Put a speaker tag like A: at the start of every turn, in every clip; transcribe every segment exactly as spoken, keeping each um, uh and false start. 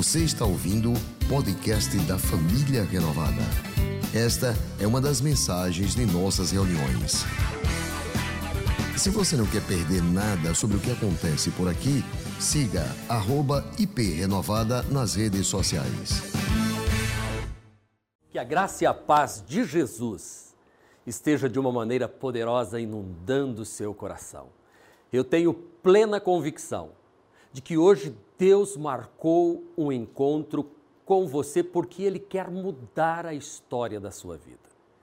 A: Você está ouvindo o podcast da Família Renovada. Esta é uma das mensagens de nossas reuniões. Se você não quer perder nada sobre o que acontece por aqui, siga arroba I P Renovada nas redes sociais.
B: Que a graça e a paz de Jesus esteja de uma maneira poderosa inundando o seu coração. Eu tenho plena convicção de que hoje Deus marcou um encontro com você porque Ele quer mudar a história da sua vida.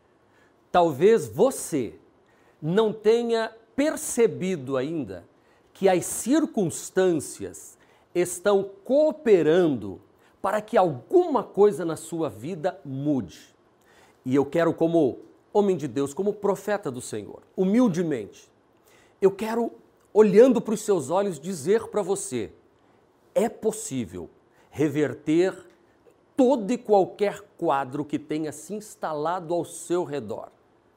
B: Talvez você não tenha percebido ainda que as circunstâncias estão cooperando para que alguma coisa na sua vida mude. E eu quero, como homem de Deus, como profeta do Senhor, humildemente, eu quero, olhando para os seus olhos, dizer para você: é possível reverter todo e qualquer quadro que tenha se instalado ao seu redor.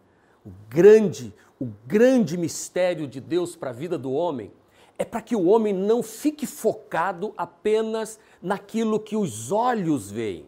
B: O grande, o grande mistério de Deus para a vida do homem é para que o homem não fique focado apenas naquilo que os olhos veem.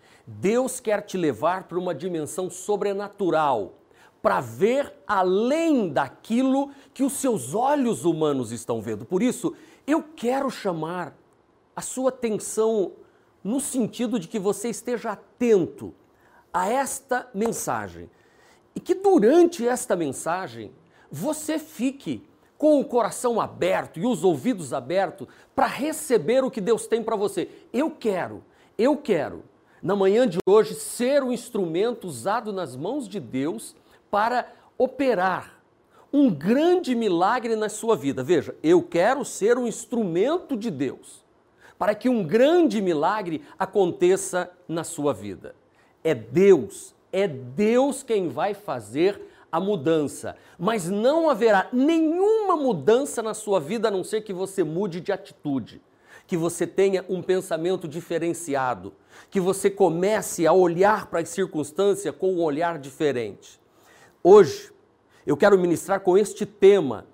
B: Deus quer te levar para uma dimensão sobrenatural, para ver além daquilo que os seus olhos humanos estão vendo. Por isso, eu quero chamar a sua atenção no sentido de que você esteja atento a esta mensagem e que durante esta mensagem você fique com o coração aberto e os ouvidos abertos para receber o que Deus tem para você. Eu quero, eu quero, na manhã de hoje, ser um instrumento usado nas mãos de Deus para operar um grande milagre na sua vida. Veja, eu quero ser um instrumento de Deus para que um grande milagre aconteça na sua vida. É Deus, é Deus quem vai fazer a mudança, mas não haverá nenhuma mudança na sua vida a não ser que você mude de atitude, que você tenha um pensamento diferenciado, que você comece a olhar para as circunstâncias com um olhar diferente. Hoje, eu quero ministrar com este tema: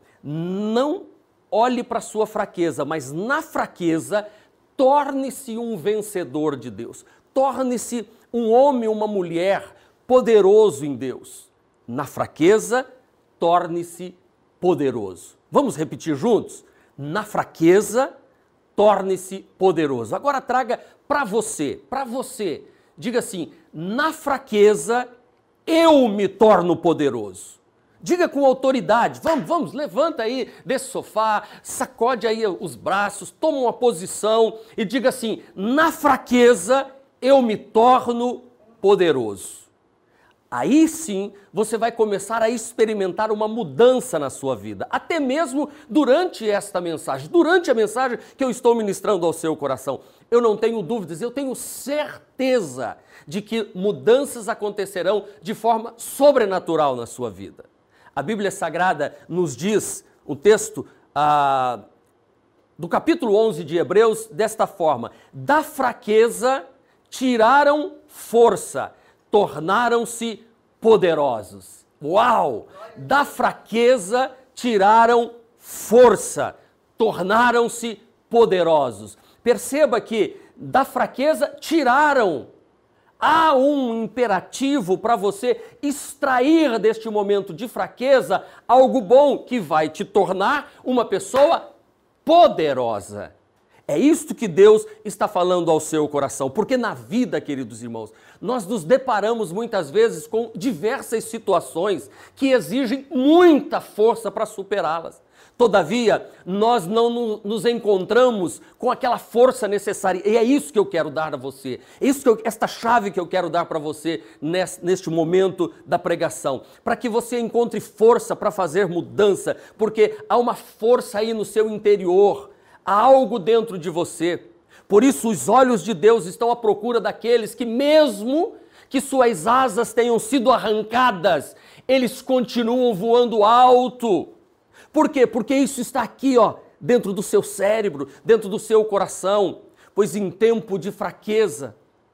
B: não olhe para a sua fraqueza, mas na fraqueza, torne-se um vencedor de Deus. Torne-se um homem, uma mulher poderoso em Deus. Na fraqueza, torne-se poderoso. Vamos repetir juntos? Na fraqueza, torne-se poderoso. Agora traga para você, para você. Diga assim: na fraqueza, eu me torno poderoso. Diga com autoridade. Vamos, vamos, levanta aí desse sofá, sacode aí os braços, toma uma posição e diga assim: na fraqueza eu me torno poderoso. Aí sim você vai começar a experimentar uma mudança na sua vida, até mesmo durante esta mensagem, durante a mensagem que eu estou ministrando ao seu coração. Eu não tenho dúvidas, eu tenho certeza de que mudanças acontecerão de forma sobrenatural na sua vida. A Bíblia Sagrada nos diz, o texto ah, do capítulo onze de Hebreus, desta forma: da fraqueza tiraram força, tornaram-se poderosos. Uau! Da fraqueza tiraram força, tornaram-se poderosos. Perceba que da fraqueza tiraram. Há um imperativo para você extrair deste momento de fraqueza algo bom que vai te tornar uma pessoa poderosa. É isto que Deus está falando ao seu coração, porque na vida, queridos irmãos, nós nos deparamos muitas vezes com diversas situações que exigem muita força para superá-las. Todavia, nós não nos encontramos com aquela força necessária. E é isso que eu quero dar a você. É isso que eu, esta chave que eu quero dar para você neste, neste momento da pregação. Para que você encontre força para fazer mudança. Porque há uma força aí no seu interior. Há algo dentro de você. Por isso os olhos de Deus estão à procura daqueles que, mesmo que suas asas tenham sido arrancadas, eles continuam voando alto. Por quê? Porque isso está aqui, ó, dentro do seu cérebro, dentro do seu coração. Pois em tempo de fraqueza,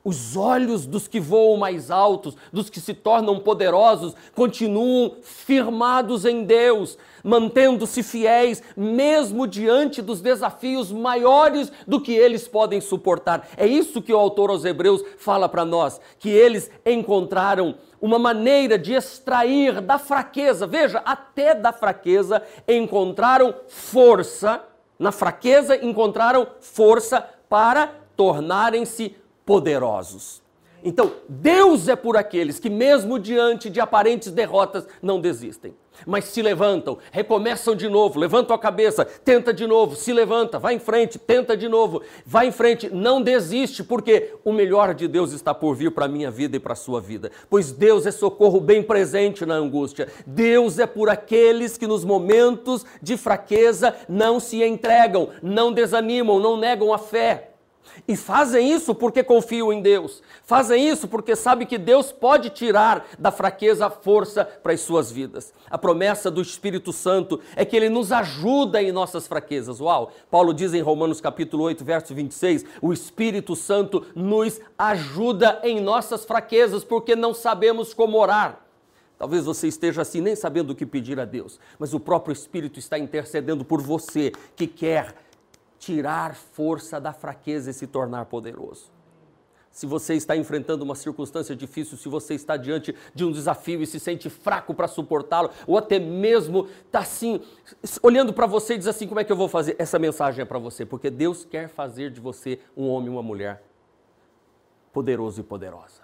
B: Os olhos dos que voam mais altos, dos que se tornam poderosos, continuam firmados em Deus, mantendo-se fiéis, mesmo diante dos desafios maiores do que eles podem suportar. É isso que o autor aos Hebreus fala para nós, que eles encontraram uma maneira de extrair da fraqueza, veja, até da fraqueza encontraram força, na fraqueza encontraram força para tornarem-se poderosos. Então, Deus é por aqueles que mesmo diante de aparentes derrotas não desistem, mas se levantam, recomeçam de novo, levantam a cabeça, tenta de novo, se levanta, vai em frente, tenta de novo, vai em frente, não desiste, porque o melhor de Deus está por vir para a minha vida e para a sua vida, pois Deus é socorro bem presente na angústia. Deus é por aqueles que nos momentos de fraqueza não se entregam, não desanimam, não negam a fé. E fazem isso porque confiam em Deus. Fazem isso porque sabem que Deus pode tirar da fraqueza a força para as suas vidas. A promessa do Espírito Santo é que Ele nos ajuda em nossas fraquezas. Uau! Paulo diz em Romanos capítulo oito, verso vinte e seis, o Espírito Santo nos ajuda em nossas fraquezas porque não sabemos como orar. Talvez você esteja assim, nem sabendo o que pedir a Deus, mas o próprio Espírito está intercedendo por você, que quer tirar força da fraqueza e se tornar poderoso. Se você está enfrentando uma circunstância difícil, se você está diante de um desafio e se sente fraco para suportá-lo, ou até mesmo está assim, olhando para você e diz assim, como é que eu vou fazer? Essa mensagem é para você, porque Deus quer fazer de você um homem e uma mulher poderoso e poderosa.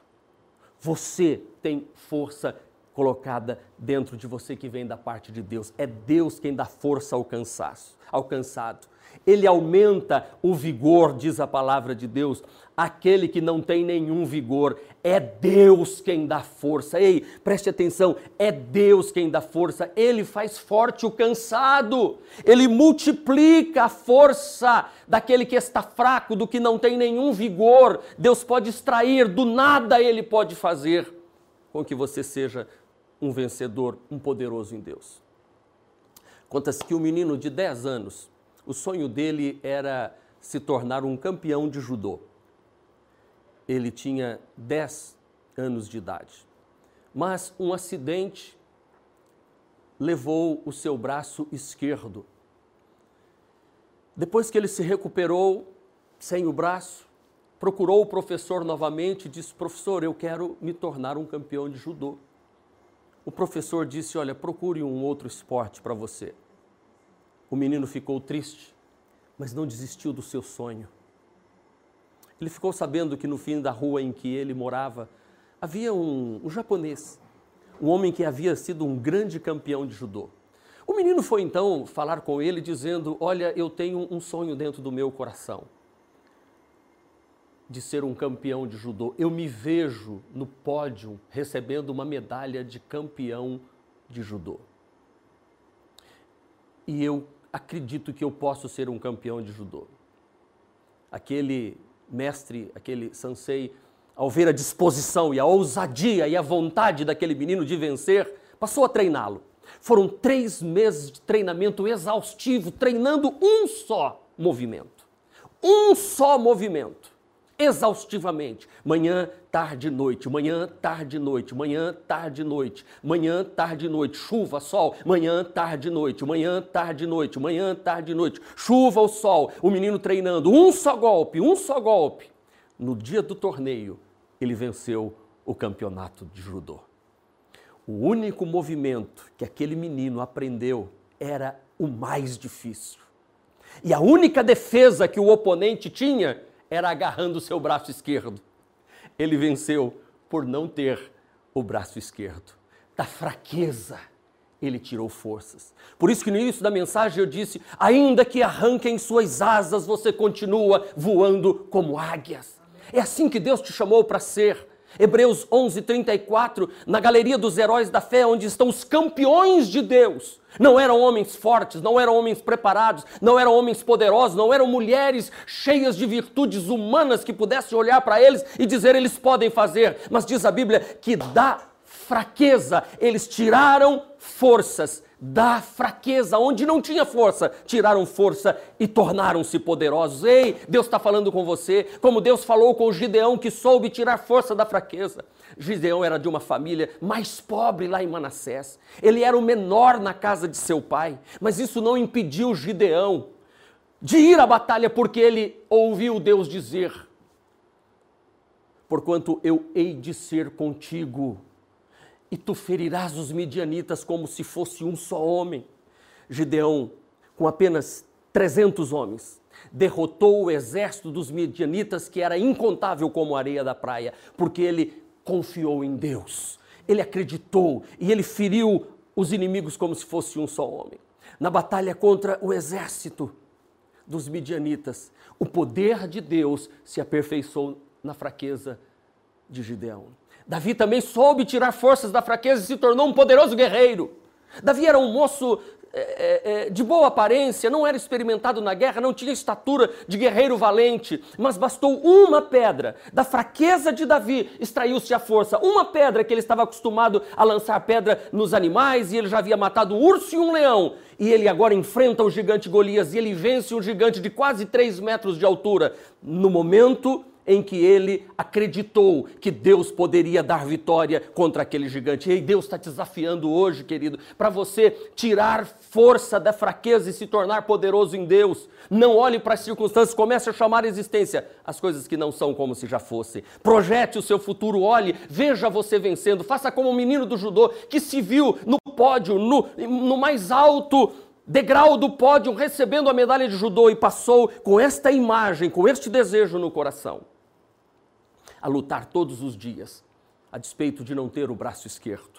B: Você tem força colocada dentro de você que vem da parte de Deus. É Deus quem dá força ao cansaço, ao cansado. Ele aumenta o vigor, diz a palavra de Deus, aquele que não tem nenhum vigor. É Deus quem dá força. Ei, preste atenção, é Deus quem dá força. Ele faz forte o cansado. Ele multiplica a força daquele que está fraco, do que não tem nenhum vigor. Deus pode extrair, do nada Ele pode fazer com que você seja um vencedor, um poderoso em Deus. Conta-se que um menino de dez anos, o sonho dele era se tornar um campeão de judô. Ele tinha dez anos de idade. Mas um acidente levou o seu braço esquerdo. Depois que ele se recuperou sem o braço, procurou o professor novamente e disse, professor, eu quero me tornar um campeão de judô. O professor disse, olha, procure um outro esporte para você. O menino ficou triste, mas não desistiu do seu sonho. Ele ficou sabendo que no fim da rua em que ele morava, havia um, um japonês, um homem que havia sido um grande campeão de judô. O menino foi então falar com ele dizendo, olha, eu tenho um sonho dentro do meu coração de ser um campeão de judô. Eu me vejo no pódio recebendo uma medalha de campeão de judô. E eu acredito que eu posso ser um campeão de judô. Aquele mestre, aquele sensei, ao ver a disposição e a ousadia e a vontade daquele menino de vencer, passou a treiná-lo. Foram três meses de treinamento exaustivo, treinando um só movimento. Um só movimento. Exaustivamente, manhã, tarde, noite, manhã, tarde, noite, manhã, tarde, noite, manhã, tarde, noite, chuva, sol, manhã, tarde, noite, manhã, tarde, noite, manhã, tarde, noite, chuva ou sol, o menino treinando, um só golpe, um só golpe. No dia do torneio, ele venceu o campeonato de judô. O único movimento que aquele menino aprendeu era o mais difícil. E a única defesa que o oponente tinha era agarrando o seu braço esquerdo. Ele venceu por não ter o braço esquerdo. Da fraqueza, ele tirou forças. Por isso que no início da mensagem eu disse, ainda que arranquem suas asas, você continua voando como águias. É assim que Deus te chamou para ser. Hebreus onze, trinta e quatro, na galeria dos heróis da fé, onde estão os campeões de Deus. Não eram homens fortes, não eram homens preparados, não eram homens poderosos, não eram mulheres cheias de virtudes humanas que pudessem olhar para eles e dizer, eles podem fazer. Mas diz a Bíblia que da fraqueza eles tiraram forças da fraqueza, onde não tinha força, tiraram força e tornaram-se poderosos. Ei, Deus está falando com você, como Deus falou com Gideão, que soube tirar força da fraqueza. Gideão era de uma família mais pobre lá em Manassés. Ele era o menor na casa de seu pai, mas isso não impediu Gideão de ir à batalha, porque ele ouviu Deus dizer: porquanto eu hei de ser contigo, e tu ferirás os midianitas como se fosse um só homem. Gideão, com apenas trezentos homens, derrotou o exército dos midianitas, que era incontável como a areia da praia, porque ele confiou em Deus, ele acreditou e ele feriu os inimigos como se fosse um só homem. Na batalha contra o exército dos midianitas, o poder de Deus se aperfeiçoou na fraqueza de Gideão. Davi também soube tirar forças da fraqueza e se tornou um poderoso guerreiro. Davi era um moço é, é, de boa aparência, não era experimentado na guerra, não tinha estatura de guerreiro valente, mas bastou uma pedra. Da fraqueza de Davi extraiu-se a força. Uma pedra, que ele estava acostumado a lançar pedra nos animais, e ele já havia matado um urso e um leão. E ele agora enfrenta o gigante Golias, e ele vence um gigante de quase três metros de altura. No momento em que ele acreditou que Deus poderia dar vitória contra aquele gigante. E Deus está te desafiando hoje, querido, para você tirar força da fraqueza e se tornar poderoso em Deus. Não olhe para as circunstâncias, comece a chamar a existência as coisas que não são como se já fossem. Projete o seu futuro, olhe, veja você vencendo. Faça como o menino do judô que se viu no pódio, no, no mais alto degrau do pódio, recebendo a medalha de judô, e passou com esta imagem, com este desejo no coração, a lutar todos os dias, a despeito de não ter o braço esquerdo.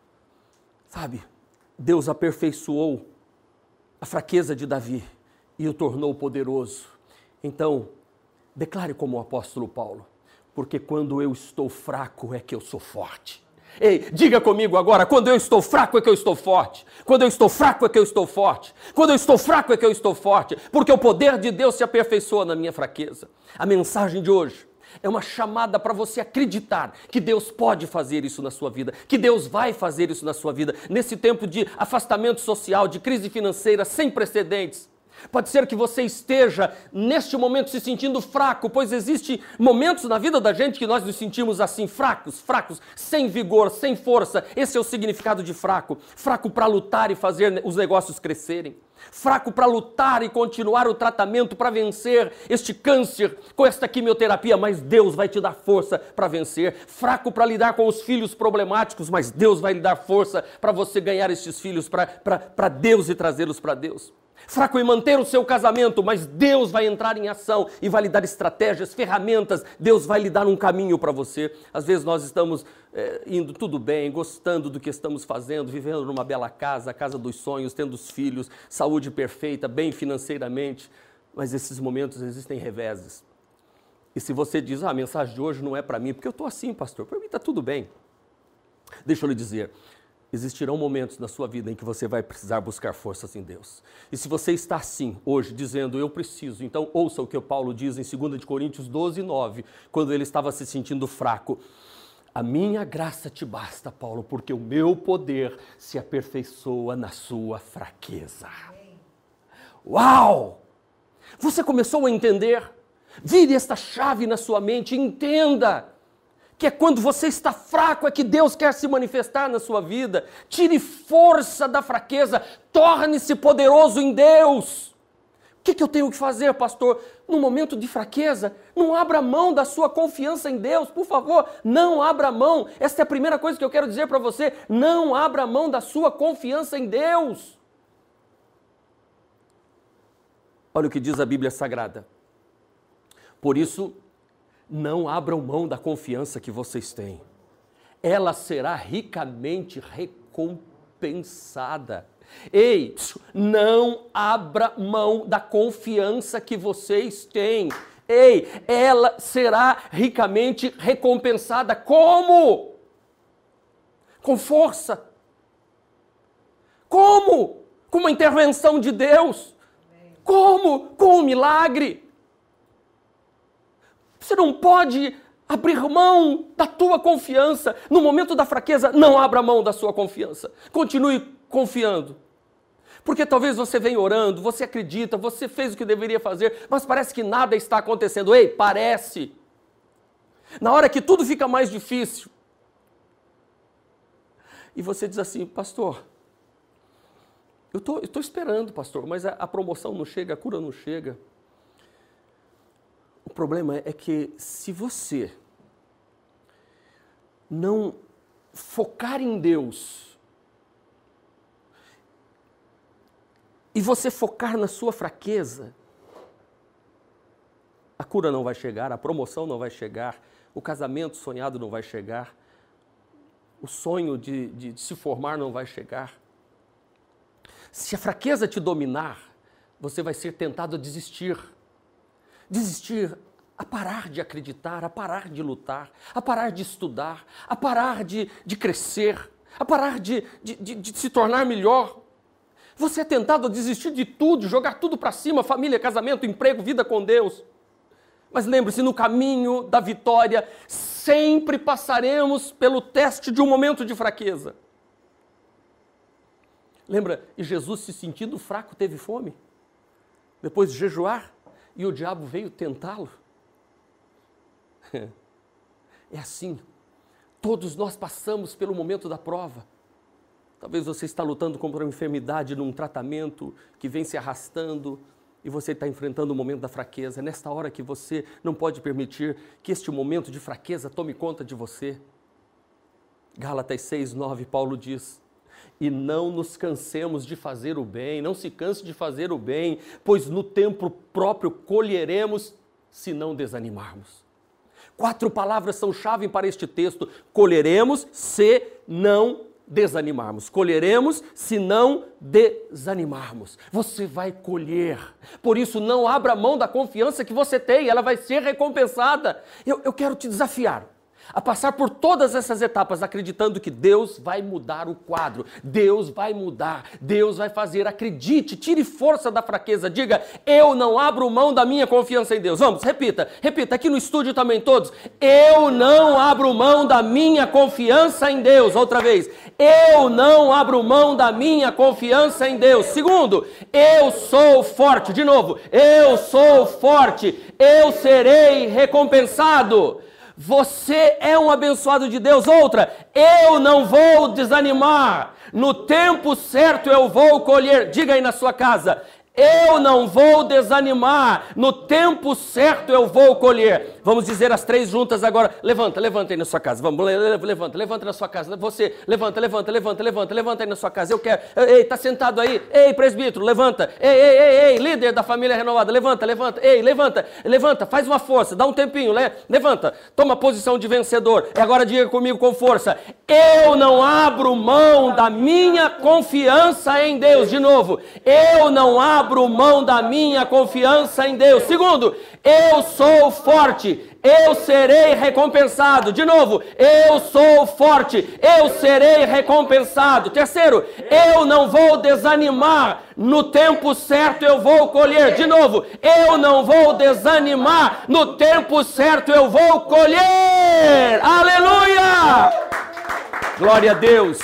B: Sabe, Deus aperfeiçoou a fraqueza de Davi e o tornou poderoso. Então, declare como o apóstolo Paulo: porque quando eu estou fraco é que eu sou forte. Ei, diga comigo agora: quando eu estou fraco é que eu estou forte. Quando eu estou fraco é que eu estou forte. Quando eu estou fraco é que eu estou forte. Porque o poder de Deus se aperfeiçoa na minha fraqueza. A mensagem de hoje é uma chamada para você acreditar que Deus pode fazer isso na sua vida, que Deus vai fazer isso na sua vida, nesse tempo de afastamento social, de crise financeira sem precedentes. Pode ser que você esteja, neste momento, se sentindo fraco, pois existem momentos na vida da gente que nós nos sentimos assim, fracos, fracos, sem vigor, sem força. Esse é o significado de fraco. Fraco para lutar e fazer os negócios crescerem. Fraco para lutar e continuar o tratamento para vencer este câncer com esta quimioterapia, mas Deus vai te dar força para vencer. Fraco para lidar com os filhos problemáticos, mas Deus vai lhe dar força para você ganhar estes filhos para Deus e trazê-los para Deus. Fraco em manter o seu casamento, mas Deus vai entrar em ação e vai lhe dar estratégias, ferramentas. Deus vai lhe dar um caminho para você. Às vezes nós estamos é, indo tudo bem, gostando do que estamos fazendo, vivendo numa bela casa, a casa dos sonhos, tendo os filhos, saúde perfeita, bem financeiramente. Mas esses momentos existem reveses. E se você diz: ah, a mensagem de hoje não é para mim, porque eu estou assim, pastor, para mim está tudo bem. Deixa eu lhe dizer, existirão momentos na sua vida em que você vai precisar buscar forças em Deus. E se você está assim, hoje, dizendo: eu preciso, então ouça o que o Paulo diz em dois Coríntios doze, nove, quando ele estava se sentindo fraco. A minha graça te basta, Paulo, porque o meu poder se aperfeiçoa na sua fraqueza. Uau! Você começou a entender? Vire esta chave na sua mente, entenda que é quando você está fraco é que Deus quer se manifestar na sua vida. Tire força da fraqueza, torne-se poderoso em Deus. O que, que eu tenho que fazer, pastor? No momento de fraqueza, não abra mão da sua confiança em Deus, por favor, não abra mão. Essa é a primeira coisa que eu quero dizer para você, não abra mão da sua confiança em Deus. Olha o que diz a Bíblia Sagrada. Por isso, não abram mão da confiança que vocês têm. Ela será ricamente recompensada. Ei, não abra mão da confiança que vocês têm. Ei, ela será ricamente recompensada. Como? Com força. Como? Com uma intervenção de Deus. Como? Com um milagre. Você não pode abrir mão da tua confiança. No momento da fraqueza, não abra mão da sua confiança. Continue confiando. Porque talvez você venha orando, você acredita, você fez o que deveria fazer, mas parece que nada está acontecendo. Ei, parece. Na hora que tudo fica mais difícil. E você diz assim, pastor, eu tô, estou esperando, pastor, mas a, a promoção não chega, a cura não chega. O problema é que se você não focar em Deus e você focar na sua fraqueza, a cura não vai chegar, a promoção não vai chegar, o casamento sonhado não vai chegar, o sonho de, de, de se formar não vai chegar. Se a fraqueza te dominar, você vai ser tentado a desistir. Desistir, a parar de acreditar, a parar de lutar, a parar de estudar, a parar de, de crescer, a parar de, de, de, de se tornar melhor. Você é tentado a desistir de tudo, jogar tudo para cima, família, casamento, emprego, vida com Deus. Mas lembre-se, no caminho da vitória, sempre passaremos pelo teste de um momento de fraqueza. Lembra, e Jesus, se sentindo fraco, teve fome? Depois de jejuar, e o diabo veio tentá-lo? É assim, todos nós passamos pelo momento da prova. Talvez você está lutando contra uma enfermidade num tratamento que vem se arrastando e você está enfrentando o momento da fraqueza. É nesta hora que você não pode permitir que este momento de fraqueza tome conta de você. Gálatas seis, nove, Paulo diz: e não nos cansemos de fazer o bem, não se canse de fazer o bem, pois no tempo próprio colheremos se não desanimarmos. Quatro palavras são chave para este texto: colheremos se não desanimarmos. Colheremos se não desanimarmos. Você vai colher. Por isso, não abra mão da confiança que você tem, ela vai ser recompensada. Eu, eu quero te desafiar a passar por todas essas etapas, acreditando que Deus vai mudar o quadro, Deus vai mudar, Deus vai fazer. Acredite, tire força da fraqueza, diga: eu não abro mão da minha confiança em Deus. Vamos, repita, repita, aqui no estúdio também todos: eu não abro mão da minha confiança em Deus. Outra vez: eu não abro mão da minha confiança em Deus. Segundo, eu sou forte. De novo, eu sou forte, eu serei recompensado. Você é um abençoado de Deus. Outra, eu não vou desanimar. No tempo certo eu vou colher. Diga aí na sua casa: eu não vou desanimar. No tempo certo eu vou colher. Vamos dizer as três juntas agora. Levanta, levanta aí na sua casa. Vamos, levanta, levanta na sua casa. Você, levanta, levanta, levanta, levanta, levanta aí na sua casa. Eu quero. Ei, tá sentado aí? Ei, presbítero, levanta. Ei, ei, ei, ei, líder da família renovada, levanta, levanta. Ei, levanta, levanta, faz uma força, dá um tempinho, levanta. Toma posição de vencedor. E agora diga comigo com força: eu não abro mão da minha confiança em Deus. De novo, eu não abro mão da minha confiança em Deus. Segundo, eu sou forte, eu serei recompensado. De novo, eu sou forte, eu serei recompensado. Terceiro, eu não vou desanimar. No tempo certo eu vou colher. De novo, eu não vou desanimar. No tempo certo eu vou colher. Aleluia! Glória a Deus.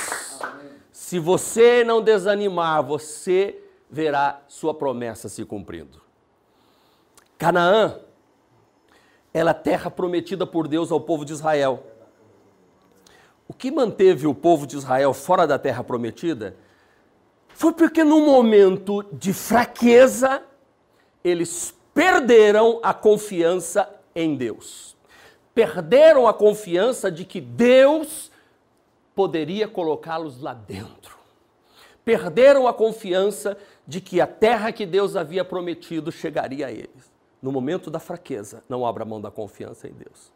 B: Se você não desanimar, você verá sua promessa se cumprindo. Canaã, ela é a terra prometida por Deus ao povo de Israel. O que manteve o povo de Israel fora da terra prometida foi porque num momento de fraqueza, eles perderam a confiança em Deus. Perderam a confiança de que Deus poderia colocá-los lá dentro. Perderam a confiança de que a terra que Deus havia prometido chegaria a eles. No momento da fraqueza, não abra mão da confiança em Deus.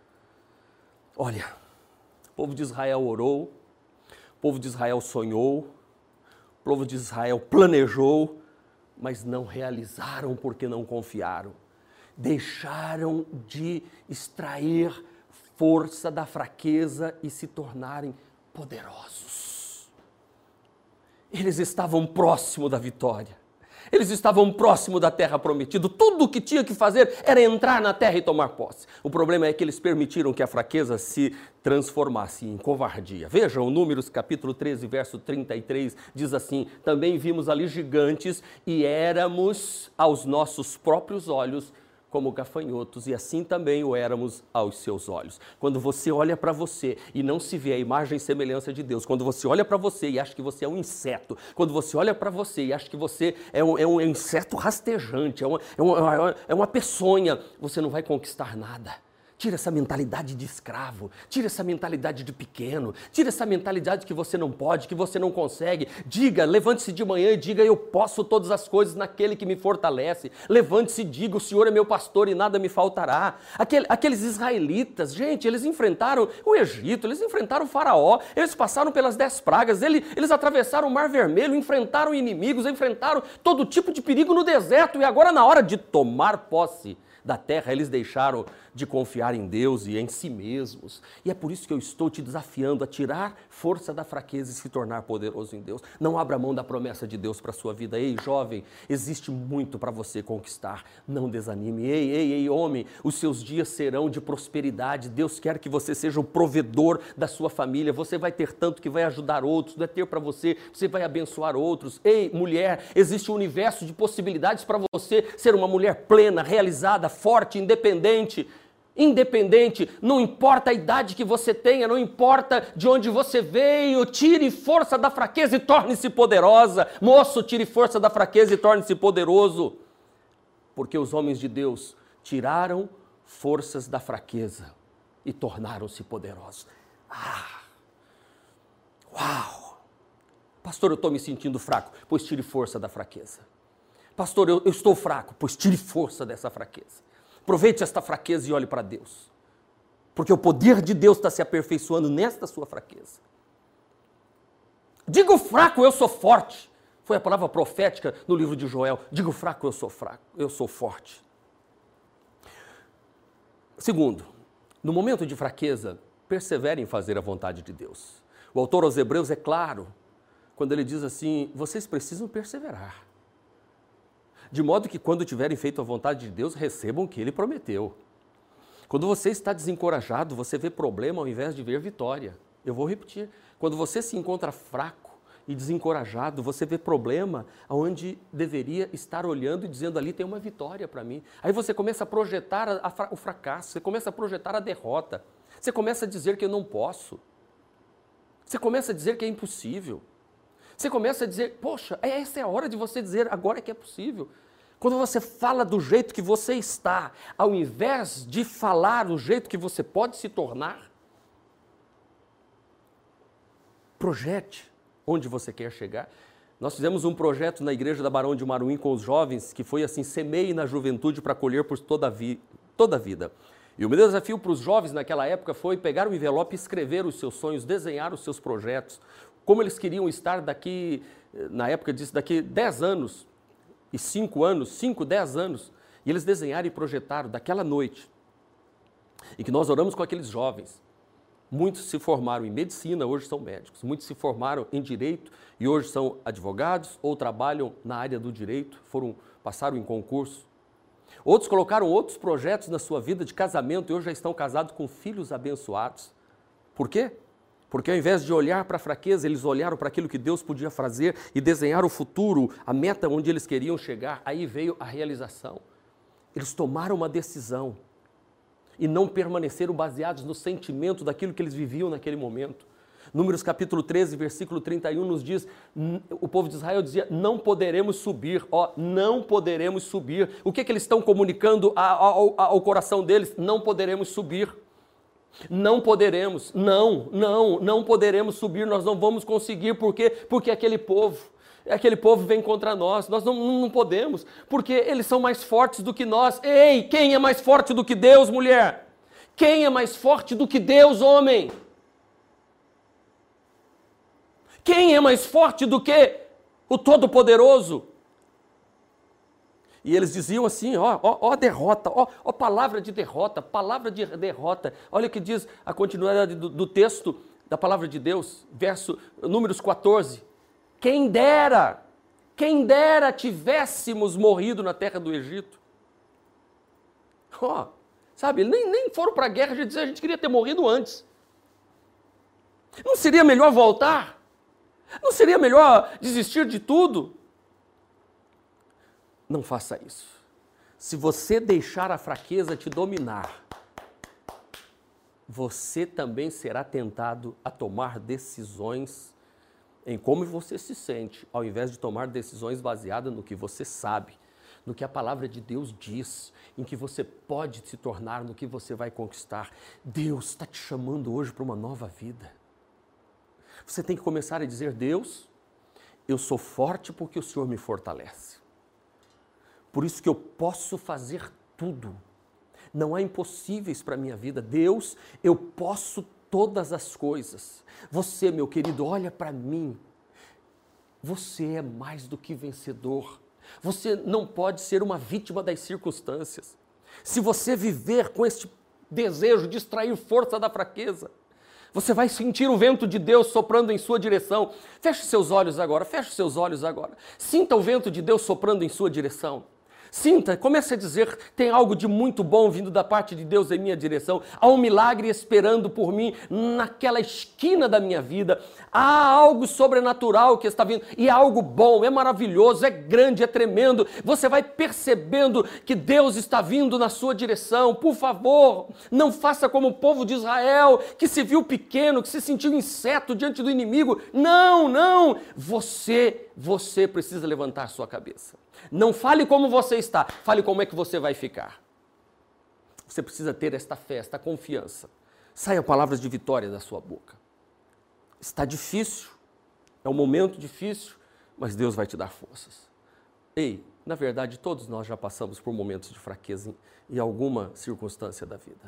B: Olha, o povo de Israel orou, o povo de Israel sonhou, o povo de Israel planejou, mas não realizaram porque não confiaram. Deixaram de extrair força da fraqueza e se tornarem poderosos. Eles estavam próximos da vitória. Eles estavam próximo da terra prometida. Tudo o que tinha que fazer era entrar na terra e tomar posse. O problema é que eles permitiram que a fraqueza se transformasse em covardia. Vejam, Números capítulo treze, verso trinta e três, diz assim: também vimos ali gigantes e éramos aos nossos próprios olhos como gafanhotos, e assim também o éramos aos seus olhos. Quando você olha para você e não se vê a imagem e semelhança de Deus, quando você olha para você e acha que você é um inseto, quando você olha para você e acha que você é um, é um inseto rastejante, é uma, é, uma, é uma peçonha, você não vai conquistar nada. Tira essa mentalidade de escravo, tira essa mentalidade de pequeno, tira essa mentalidade que você não pode, que você não consegue. Diga, levante-se de manhã e diga: eu posso todas as coisas naquele que me fortalece. Levante-se e diga: o Senhor é meu pastor e nada me faltará. Aquele, aqueles israelitas, gente, eles enfrentaram o Egito, eles enfrentaram o faraó, eles passaram pelas dez pragas, eles, eles atravessaram o Mar Vermelho, enfrentaram inimigos, enfrentaram todo tipo de perigo no deserto, e agora na hora de tomar posse da terra, eles deixaram de confiar em Deus e em si mesmos. E é por isso que eu estou te desafiando a tirar força da fraqueza e se tornar poderoso em Deus. Não abra mão da promessa de Deus para a sua vida. Ei, jovem, existe muito para você conquistar. Não desanime. Ei, ei, ei, homem, os seus dias serão de prosperidade. Deus quer que você seja o provedor da sua família. Você vai ter tanto que vai ajudar outros, vai ter para você, você vai abençoar outros. Ei, mulher, existe um universo de possibilidades para você ser uma mulher plena, realizada, forte, independente. Independente, não importa a idade que você tenha, não importa de onde você veio, tire força da fraqueza e torne-se poderosa. Moço, tire força da fraqueza e torne-se poderoso. Porque os homens de Deus tiraram forças da fraqueza e tornaram-se poderosos. Ah! Uau! Pastor, eu estou me sentindo fraco. Pois tire força da fraqueza. Pastor, eu, eu estou fraco. Pois tire força dessa fraqueza. Aproveite esta fraqueza e olhe para Deus. Porque o poder de Deus está se aperfeiçoando nesta sua fraqueza. Diga o fraco, eu sou forte. Foi a palavra profética no livro de Joel. Diga o fraco, eu sou fraco, eu sou forte. Segundo, no momento de fraqueza, persevere em fazer a vontade de Deus. O autor aos Hebreus é claro quando ele diz assim: vocês precisam perseverar. De modo que quando tiverem feito a vontade de Deus, recebam o que Ele prometeu. Quando você está desencorajado, você vê problema ao invés de ver vitória. Eu vou repetir. Quando você se encontra fraco e desencorajado, você vê problema onde deveria estar olhando e dizendo: ali tem uma vitória para mim. Aí você começa a projetar a, a, o fracasso, você começa a projetar a derrota. Você começa a dizer que eu não posso. Você começa a dizer que é impossível. Você começa a dizer: poxa, essa é a hora de você dizer agora que é possível. Quando você fala do jeito que você está, ao invés de falar do jeito que você pode se tornar, projete onde você quer chegar. Nós fizemos um projeto na igreja da Barão de Maruim com os jovens, que foi assim: semeie na juventude para colher por toda a, vi toda a vida. E o meu desafio para os jovens naquela época foi pegar um envelope e escrever os seus sonhos, desenhar os seus projetos, como eles queriam estar daqui, na época disse, daqui dez anos, e cinco anos, cinco, dez anos, e eles desenharam e projetaram daquela noite, e que nós oramos com aqueles jovens. Muitos se formaram em medicina, hoje são médicos, muitos se formaram em direito, e hoje são advogados, ou trabalham na área do direito, foram, passaram em concurso. Outros colocaram outros projetos na sua vida de casamento, e hoje já estão casados com filhos abençoados. Por quê? Porque ao invés de olhar para a fraqueza, eles olharam para aquilo que Deus podia fazer e desenharam o futuro, a meta onde eles queriam chegar. Aí veio a realização. Eles tomaram uma decisão e não permaneceram baseados no sentimento daquilo que eles viviam naquele momento. Números capítulo treze, versículo trinta e um nos diz, o povo de Israel dizia: não poderemos subir, ó, não poderemos subir. O que, que eles estão comunicando ao, ao coração deles? Não poderemos subir. Não poderemos, não, não, não poderemos subir, nós não vamos conseguir, por quê? Porque aquele povo, aquele povo vem contra nós, nós não, não podemos, porque eles são mais fortes do que nós. Ei, quem é mais forte do que Deus, mulher? Quem é mais forte do que Deus, homem? Quem é mais forte do que o Todo-Poderoso? E eles diziam assim: ó, ó, ó derrota, ó, ó palavra de derrota, palavra de derrota. Olha o que diz a continuidade do, do texto da palavra de Deus, verso Números quatorze. Quem dera Quem dera tivéssemos morrido na terra do Egito. Ó, oh, sabe, nem, nem foram para a guerra, a gente dizia, a gente queria ter morrido antes. Não seria melhor voltar? Não seria melhor desistir de tudo? Não faça isso. Se você deixar a fraqueza te dominar, você também será tentado a tomar decisões em como você se sente, ao invés de tomar decisões baseadas no que você sabe, no que a palavra de Deus diz, em que você pode se tornar, no que você vai conquistar. Deus está te chamando hoje para uma nova vida. Você tem que começar a dizer, Deus, eu sou forte porque o Senhor me fortalece. Por isso que eu posso fazer tudo. Não há impossíveis para a minha vida. Deus, eu posso todas as coisas. Você, meu querido, olha para mim. Você é mais do que vencedor. Você não pode ser uma vítima das circunstâncias. Se você viver com este desejo de extrair força da fraqueza, você vai sentir o vento de Deus soprando em sua direção. Feche seus olhos agora, feche seus olhos agora. Sinta o vento de Deus soprando em sua direção. Sinta, comece a dizer, tem algo de muito bom vindo da parte de Deus em minha direção. Há um milagre esperando por mim naquela esquina da minha vida. Há algo sobrenatural que está vindo. E é algo bom, é maravilhoso, é grande, é tremendo. Você vai percebendo que Deus está vindo na sua direção. Por favor, não faça como o povo de Israel, que se viu pequeno, que se sentiu inseto diante do inimigo. Não, não. Você, você precisa levantar sua cabeça. Não fale como você está, fale como é que você vai ficar. Você precisa ter esta fé, esta confiança. Saiam palavras de vitória da sua boca. Está difícil, é um momento difícil, mas Deus vai te dar forças. Ei, na verdade, todos nós já passamos por momentos de fraqueza em, em alguma circunstância da vida.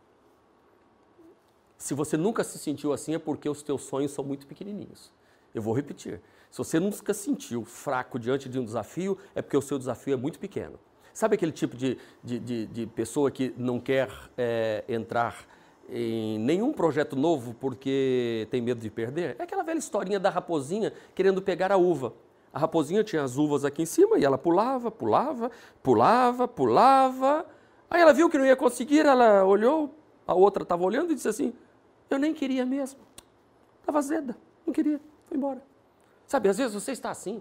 B: Se você nunca se sentiu assim, é porque os teus sonhos são muito pequenininhos. Eu vou repetir. Se você nunca se sentiu fraco diante de um desafio, é porque o seu desafio é muito pequeno. Sabe aquele tipo de, de, de, de pessoa que não quer é, entrar em nenhum projeto novo porque tem medo de perder? É aquela velha historinha da raposinha querendo pegar a uva. A raposinha tinha as uvas aqui em cima e ela pulava, pulava, pulava, pulava. Aí ela viu que não ia conseguir, ela olhou, a outra estava olhando e disse assim, eu nem queria mesmo. Estava azeda, não queria, foi embora. Sabe, às vezes você está assim,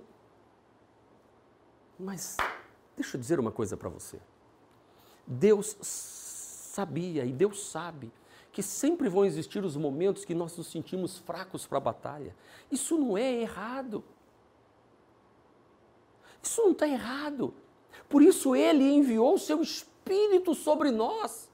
B: mas deixa eu dizer uma coisa para você. Deus sabia e Deus sabe que sempre vão existir os momentos que nós nos sentimos fracos para a batalha. Isso não é errado. Isso não está errado. Por isso Ele enviou o seu Espírito sobre nós.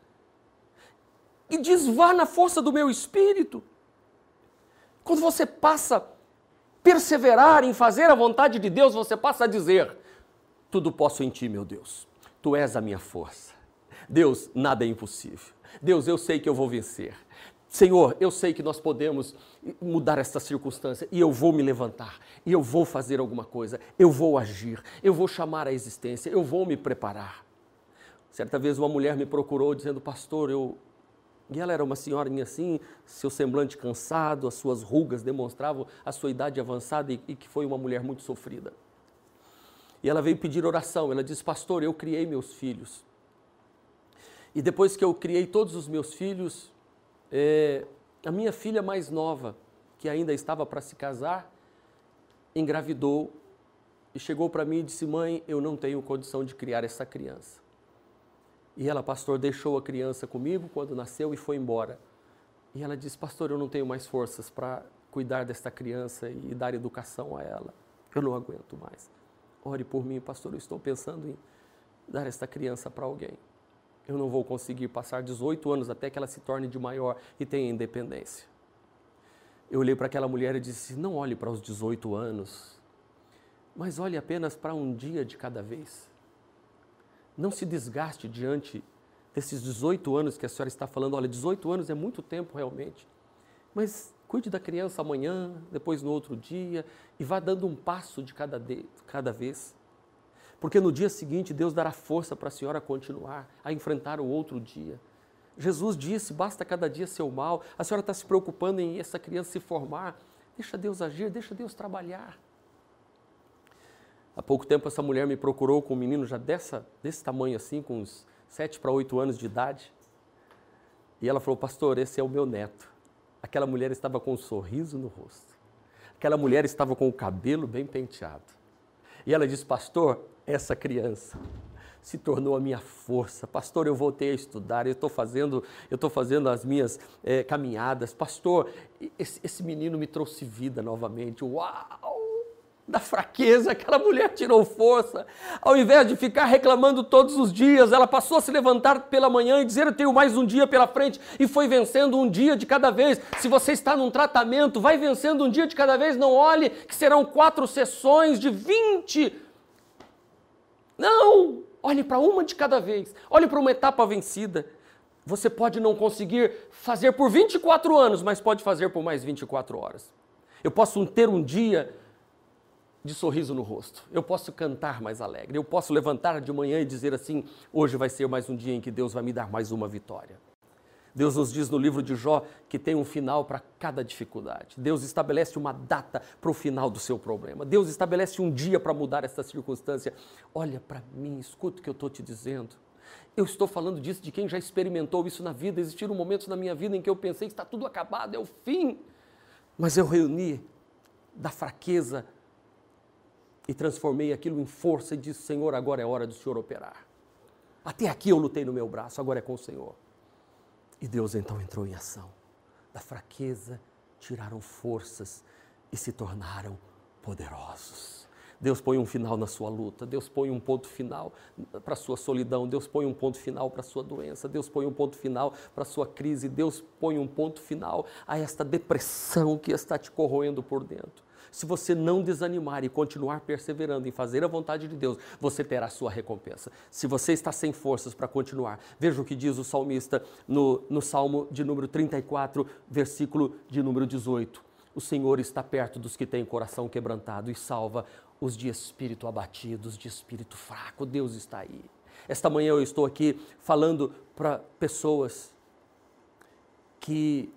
B: E diz, vá na força do meu Espírito. Quando você passa perseverar em fazer a vontade de Deus, você passa a dizer, tudo posso em ti, meu Deus, tu és a minha força. Deus, nada é impossível. Deus, eu sei que eu vou vencer. Senhor, eu sei que nós podemos mudar esta circunstância e eu vou me levantar, e eu vou fazer alguma coisa, eu vou agir, eu vou chamar a existência, eu vou me preparar. Certa vez uma mulher me procurou dizendo, pastor, eu... E ela era uma senhorinha assim, seu semblante cansado, as suas rugas demonstravam a sua idade avançada e, e que foi uma mulher muito sofrida. E ela veio pedir oração, ela disse, pastor, eu criei meus filhos. E depois que eu criei todos os meus filhos, é, a minha filha mais nova, que ainda estava para se casar, engravidou e chegou para mim e disse, mãe, eu não tenho condição de criar essa criança. E ela, pastor, deixou a criança comigo quando nasceu e foi embora. E ela disse, pastor, eu não tenho mais forças para cuidar desta criança e dar educação a ela. Eu não aguento mais. Ore por mim, pastor, eu estou pensando em dar esta criança para alguém. Eu não vou conseguir passar dezoito anos até que ela se torne de maior e tenha independência. Eu olhei para aquela mulher e disse, não olhe para os dezoito anos, mas olhe apenas para um dia de cada vez. Não se desgaste diante desses dezoito anos que a senhora está falando. Olha, dezoito anos é muito tempo realmente. Mas cuide da criança amanhã, depois no outro dia, e vá dando um passo de cada, de, cada vez. Porque no dia seguinte Deus dará força para a senhora continuar, a enfrentar o outro dia. Jesus disse, basta cada dia seu mal. A senhora está se preocupando em essa criança se formar. Deixa Deus agir, deixa Deus trabalhar. Há pouco tempo essa mulher me procurou com um menino já dessa, desse tamanho assim, com uns sete para oito anos de idade. E ela falou, pastor, esse é o meu neto. Aquela mulher estava com um sorriso no rosto. Aquela mulher estava com o cabelo bem penteado. E ela disse, pastor, essa criança se tornou a minha força. Pastor, eu voltei a estudar, eu estou fazendo, eu estou fazendo as minhas é, caminhadas. Pastor, esse, esse menino me trouxe vida novamente. Uau! Da fraqueza, aquela mulher tirou força. Ao invés de ficar reclamando todos os dias, ela passou a se levantar pela manhã e dizer, eu tenho mais um dia pela frente, e foi vencendo um dia de cada vez. Se você está num tratamento, vai vencendo um dia de cada vez, não olhe que serão quatro sessões de vinte. Não, olhe para uma de cada vez, olhe para uma etapa vencida. Você pode não conseguir fazer por vinte e quatro anos, mas pode fazer por mais vinte e quatro horas. Eu posso ter um dia de sorriso no rosto. Eu posso cantar mais alegre. Eu posso levantar de manhã e dizer assim, hoje vai ser mais um dia em que Deus vai me dar mais uma vitória. Deus nos diz no livro de Jó que tem um final para cada dificuldade. Deus estabelece uma data para o final do seu problema. Deus estabelece um dia para mudar essa circunstância. Olha para mim, escuta o que eu estou te dizendo. Eu estou falando disso de quem já experimentou isso na vida. Existiram momentos na minha vida em que eu pensei que está tudo acabado, é o fim. Mas eu reuni da fraqueza e transformei aquilo em força e disse, Senhor, agora é hora do Senhor operar. Até aqui eu lutei no meu braço, agora é com o Senhor. E Deus então entrou em ação. Da fraqueza tiraram forças e se tornaram poderosos. Deus põe um final na sua luta, Deus põe um ponto final para a sua solidão, Deus põe um ponto final para a sua doença, Deus põe um ponto final para a sua crise, Deus põe um ponto final a esta depressão que está te corroendo por dentro. Se você não desanimar e continuar perseverando em fazer a vontade de Deus, você terá a sua recompensa. Se você está sem forças para continuar, veja o que diz o salmista no, no Salmo de número trinta e quatro, versículo de número dezoito. O Senhor está perto dos que têm coração quebrantado e salva os de espírito abatidos, de espírito fraco. Deus está aí. Esta manhã eu estou aqui falando para pessoas que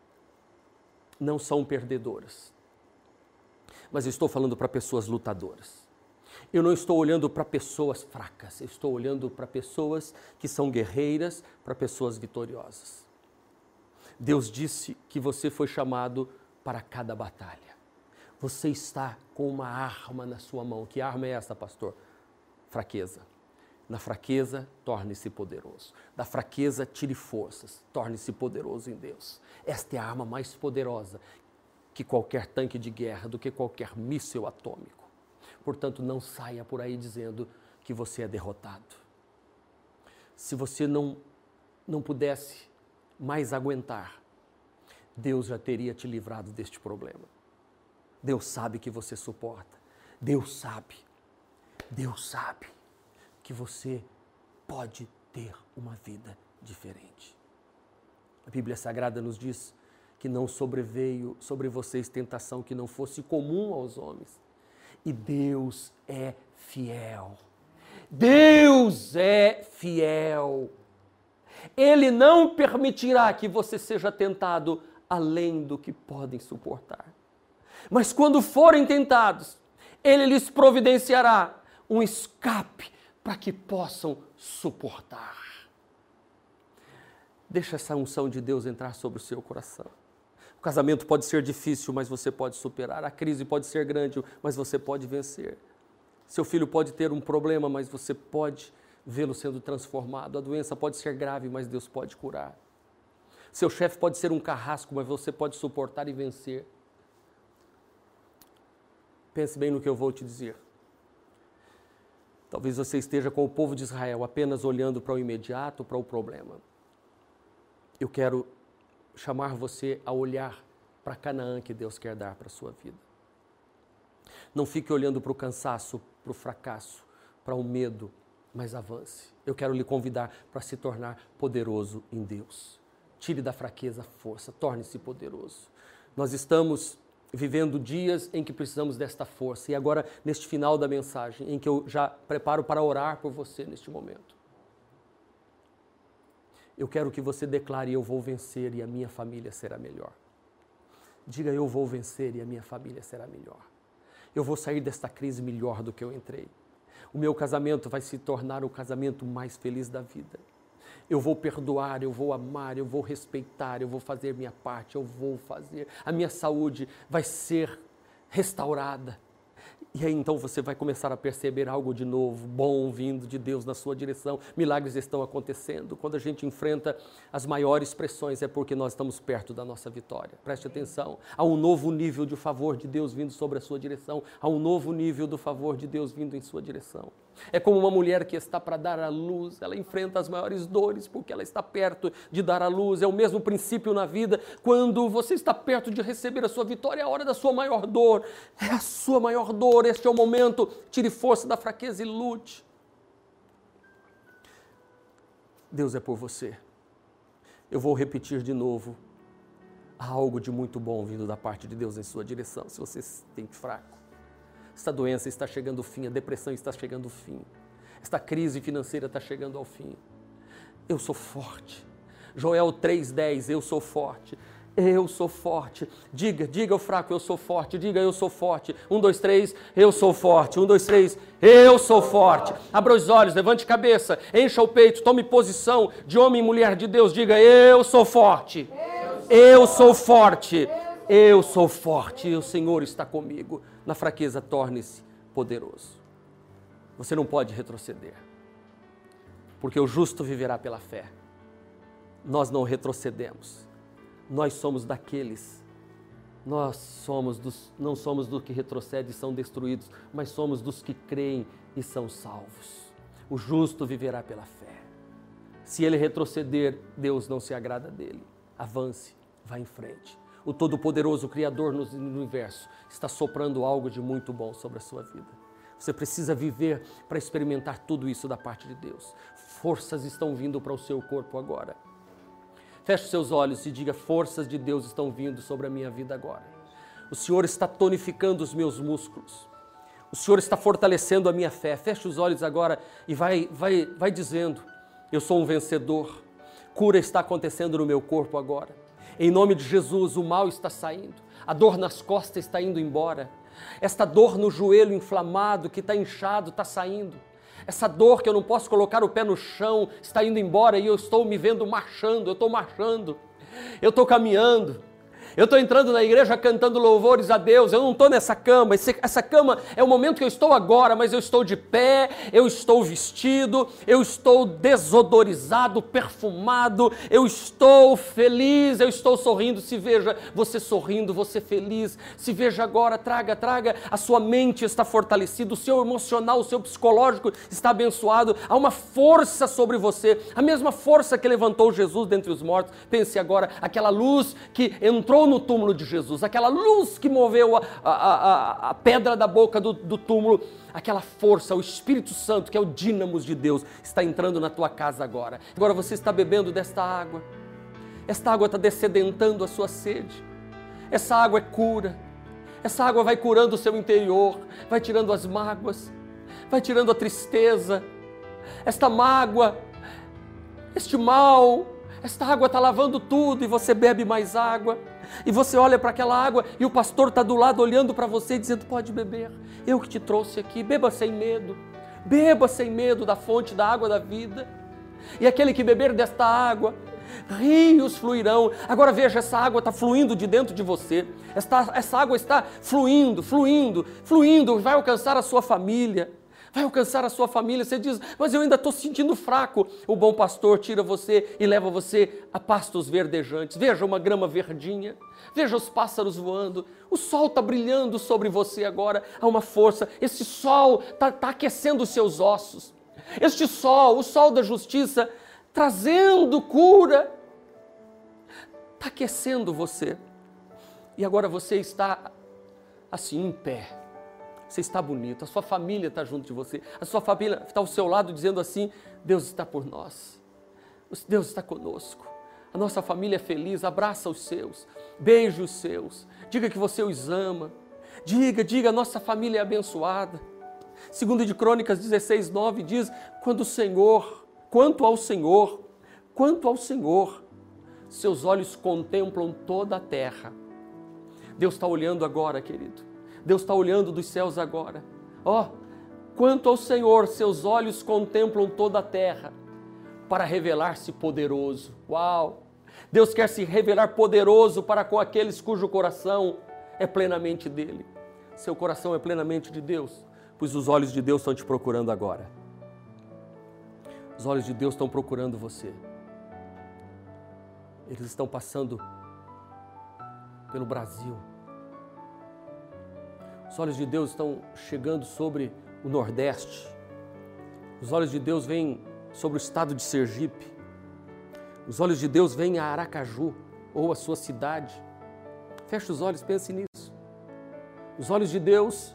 B: não são perdedoras. Mas eu estou falando para pessoas lutadoras. Eu não estou olhando para pessoas fracas, eu estou olhando para pessoas que são guerreiras, para pessoas vitoriosas. Deus disse que você foi chamado para cada batalha. Você está com uma arma na sua mão. Que arma é essa, pastor? Fraqueza. Na fraqueza, torne-se poderoso. Da fraqueza, tire forças, torne-se poderoso em Deus. Esta é a arma mais poderosa que qualquer tanque de guerra, do que qualquer míssil atômico. Portanto, não saia por aí dizendo que você é derrotado. Se você não, não pudesse mais aguentar, Deus já teria te livrado deste problema. Deus sabe que você suporta. Deus sabe, Deus sabe que você pode ter uma vida diferente. A Bíblia Sagrada nos diz que não sobreveio sobre vocês tentação que não fosse comum aos homens. E Deus é fiel. Deus é fiel. Ele não permitirá que você seja tentado além do que podem suportar. Mas quando forem tentados, Ele lhes providenciará um escape para que possam suportar. Deixa essa unção de Deus entrar sobre o seu coração. O casamento pode ser difícil, mas você pode superar. A crise pode ser grande, mas você pode vencer. Seu filho pode ter um problema, mas você pode vê-lo sendo transformado. A doença pode ser grave, mas Deus pode curar. Seu chefe pode ser um carrasco, mas você pode suportar e vencer. Pense bem no que eu vou te dizer. Talvez você esteja com o povo de Israel apenas olhando para o imediato, para o problema. Eu quero chamar você a olhar para Canaã que Deus quer dar para a sua vida. Não fique olhando para o cansaço, para o fracasso, para o medo, mas avance. Eu quero lhe convidar para se tornar poderoso em Deus. Tire da fraqueza a força, torne-se poderoso. Nós estamos vivendo dias em que precisamos desta força. E agora, neste final da mensagem, em que eu já preparo para orar por você neste momento, eu quero que você declare, eu vou vencer e a minha família será melhor. Diga, eu vou vencer e a minha família será melhor. Eu vou sair desta crise melhor do que eu entrei. O meu casamento vai se tornar o casamento mais feliz da vida. Eu vou perdoar, eu vou amar, eu vou respeitar, eu vou fazer minha parte, eu vou fazer. A minha saúde vai ser restaurada. E aí então você vai começar a perceber algo de novo, bom vindo de Deus na sua direção. Milagres estão acontecendo. Quando a gente enfrenta as maiores pressões é porque nós estamos perto da nossa vitória. Preste atenção. Há um novo nível de favor de Deus vindo sobre a sua direção. Há um novo nível do favor de Deus vindo em sua direção. É como uma mulher que está para dar à luz. Ela enfrenta as maiores dores porque ela está perto de dar à luz. É o mesmo princípio na vida. Quando você está perto de receber a sua vitória, é a hora da sua maior dor. É a sua maior dor. Este é o momento. Tire força da fraqueza e lute. Deus é por você. Eu vou repetir de novo. Há algo de muito bom vindo da parte de Deus em sua direção, se você se sente fraco. Esta doença está chegando ao fim, a depressão está chegando ao fim. Esta crise financeira está chegando ao fim. Eu sou forte. Joel três, dez, eu sou forte. Eu sou forte. Diga, diga o fraco, eu sou forte. Diga, eu sou forte. Um, dois, três, eu sou forte. Um, dois, três, eu sou forte. Abra os olhos, levante a cabeça, encha o peito, tome posição de homem e mulher de Deus. Diga, eu sou forte. Eu sou forte. Eu sou forte e o Senhor está comigo. Na fraqueza, torne-se poderoso. Você não pode retroceder, porque o justo viverá pela fé. Nós não retrocedemos. Nós somos daqueles, nós somos dos, não somos dos que retrocedem e são destruídos, mas somos dos que creem e são salvos. O justo viverá pela fé. Se ele retroceder, Deus não se agrada dele. Avance, vá em frente. O Todo-Poderoso Criador no universo está soprando algo de muito bom sobre a sua vida. Você precisa viver para experimentar tudo isso da parte de Deus. Forças estão vindo para o seu corpo agora. Feche seus olhos e diga, forças de Deus estão vindo sobre a minha vida agora. O Senhor está tonificando os meus músculos. O Senhor está fortalecendo a minha fé. Feche os olhos agora e vai, vai, vai dizendo, eu sou um vencedor. Cura está acontecendo no meu corpo agora. Em nome de Jesus, o mal está saindo. A dor nas costas está indo embora. Esta dor no joelho inflamado, que está inchado, está saindo. Essa dor que eu não posso colocar o pé no chão está indo embora e eu estou me vendo marchando, eu estou marchando, eu estou caminhando, eu estou entrando na igreja cantando louvores a Deus, eu não estou nessa cama, esse, essa cama é o momento que eu estou agora, mas eu estou de pé, eu estou vestido, eu estou desodorizado, perfumado, eu estou feliz, eu estou sorrindo. Se veja você sorrindo, você feliz, se veja agora, traga, traga, a sua mente está fortalecida, o seu emocional, o seu psicológico está abençoado, há uma força sobre você, a mesma força que levantou Jesus dentre os mortos. Pense agora, aquela luz que entrou no túmulo de Jesus, aquela luz que moveu a, a, a, a pedra da boca do, do túmulo, aquela força, o Espírito Santo, que é o dínamos de Deus, está entrando na tua casa agora. Agora você está bebendo desta água, esta água está descedentando a sua sede, essa água é cura, essa água vai curando o seu interior, vai tirando as mágoas, vai tirando a tristeza, esta mágoa, este mal. Esta água está lavando tudo e você bebe mais água. E você olha para aquela água e o pastor está do lado olhando para você e dizendo, pode beber. Eu que te trouxe aqui, beba sem medo. Beba sem medo da fonte da água da vida. E aquele que beber desta água, rios fluirão. Agora veja, essa água está fluindo de dentro de você. Esta, essa água está fluindo, fluindo, fluindo. Vai alcançar a sua família. Vai alcançar a sua família. Você diz, mas eu ainda estou sentindo fraco. O bom pastor tira você e leva você a pastos verdejantes. Veja uma grama verdinha, veja os pássaros voando, o sol está brilhando sobre você agora, há uma força, esse sol está tá aquecendo os seus ossos. Este sol, o sol da justiça, trazendo cura, está aquecendo você. E agora você está assim em pé. Você está bonito, a sua família está junto de você, a sua família está ao seu lado dizendo assim, Deus está por nós, Deus está conosco, a nossa família é feliz, abraça os seus, beije os seus, diga que você os ama, diga, diga, a nossa família é abençoada. Segundo de Crônicas dezesseis, nove diz, quando o Senhor, quanto ao Senhor, quanto ao Senhor, seus olhos contemplam toda a terra. Deus está olhando agora, querido. Deus está olhando dos céus agora. Ó, oh, quanto ao Senhor, seus olhos contemplam toda a terra para revelar-se poderoso. Uau! Deus quer se revelar poderoso para com aqueles cujo coração é plenamente dele. Seu coração é plenamente de Deus, pois os olhos de Deus estão te procurando agora. Os olhos de Deus estão procurando você. Eles estão passando pelo Brasil. Os olhos de Deus estão chegando sobre o Nordeste. Os olhos de Deus vêm sobre o estado de Sergipe. Os olhos de Deus vêm a Aracaju ou a sua cidade. Feche os olhos, pense nisso. Os olhos de Deus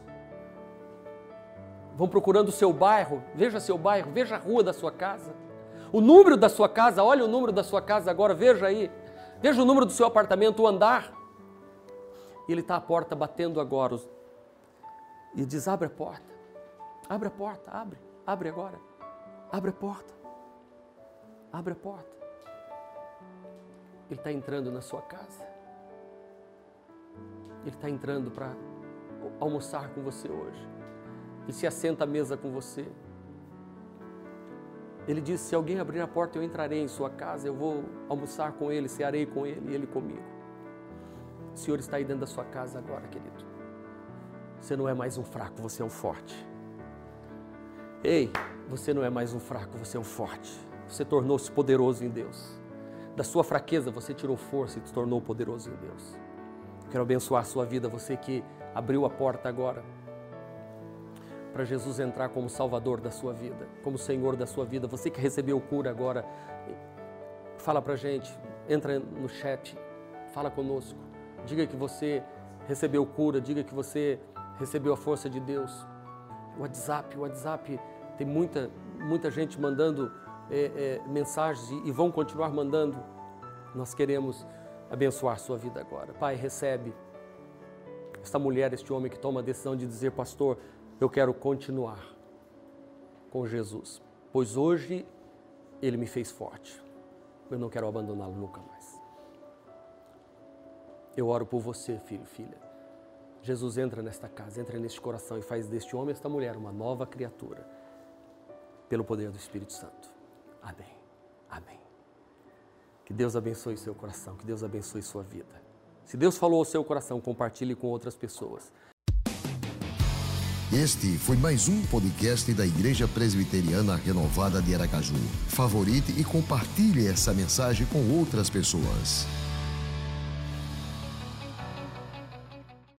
B: vão procurando o seu bairro. Veja seu bairro, veja a rua da sua casa. O número da sua casa, olha o número da sua casa agora, veja aí. Veja o número do seu apartamento, o andar. E ele está à porta batendo agora. E diz, abre a porta. Abre a porta, abre. Abre agora. Abre a porta. Abre a porta. Ele está entrando na sua casa. Ele está entrando para almoçar com você hoje. Ele se assenta à mesa com você. Ele diz, se alguém abrir a porta, eu entrarei em sua casa, eu vou almoçar com ele, cearei com ele e ele comigo. O Senhor está aí dentro da sua casa agora, querido. Você não é mais um fraco, você é um forte. Ei, você não é mais um fraco, você é um forte. Você tornou-se poderoso em Deus. Da sua fraqueza você tirou força e se tornou poderoso em Deus. Quero abençoar a sua vida, você que abriu a porta agora para Jesus entrar como Salvador da sua vida, como Senhor da sua vida. Você que recebeu cura agora, fala para a gente, entra no chat, fala conosco. Diga que você recebeu cura, diga que você recebeu a força de Deus. O WhatsApp, o WhatsApp tem muita, muita gente mandando é, é, mensagens e, e vão continuar mandando. Nós queremos abençoar a sua vida agora. Pai, recebe esta mulher, este homem que toma a decisão de dizer, pastor, eu quero continuar com Jesus, pois hoje Ele me fez forte. Eu não quero abandoná-lo nunca mais. Eu oro por você, filho, filha. Jesus entra nesta casa, entra neste coração e faz deste homem, esta mulher, uma nova criatura, pelo poder do Espírito Santo. Amém. Amém. Que Deus abençoe seu coração, que Deus abençoe sua vida. Se Deus falou ao seu coração, compartilhe com outras pessoas.
A: Este foi mais um podcast da Igreja Presbiteriana Renovada de Aracaju. Favorite e compartilhe essa mensagem com outras pessoas.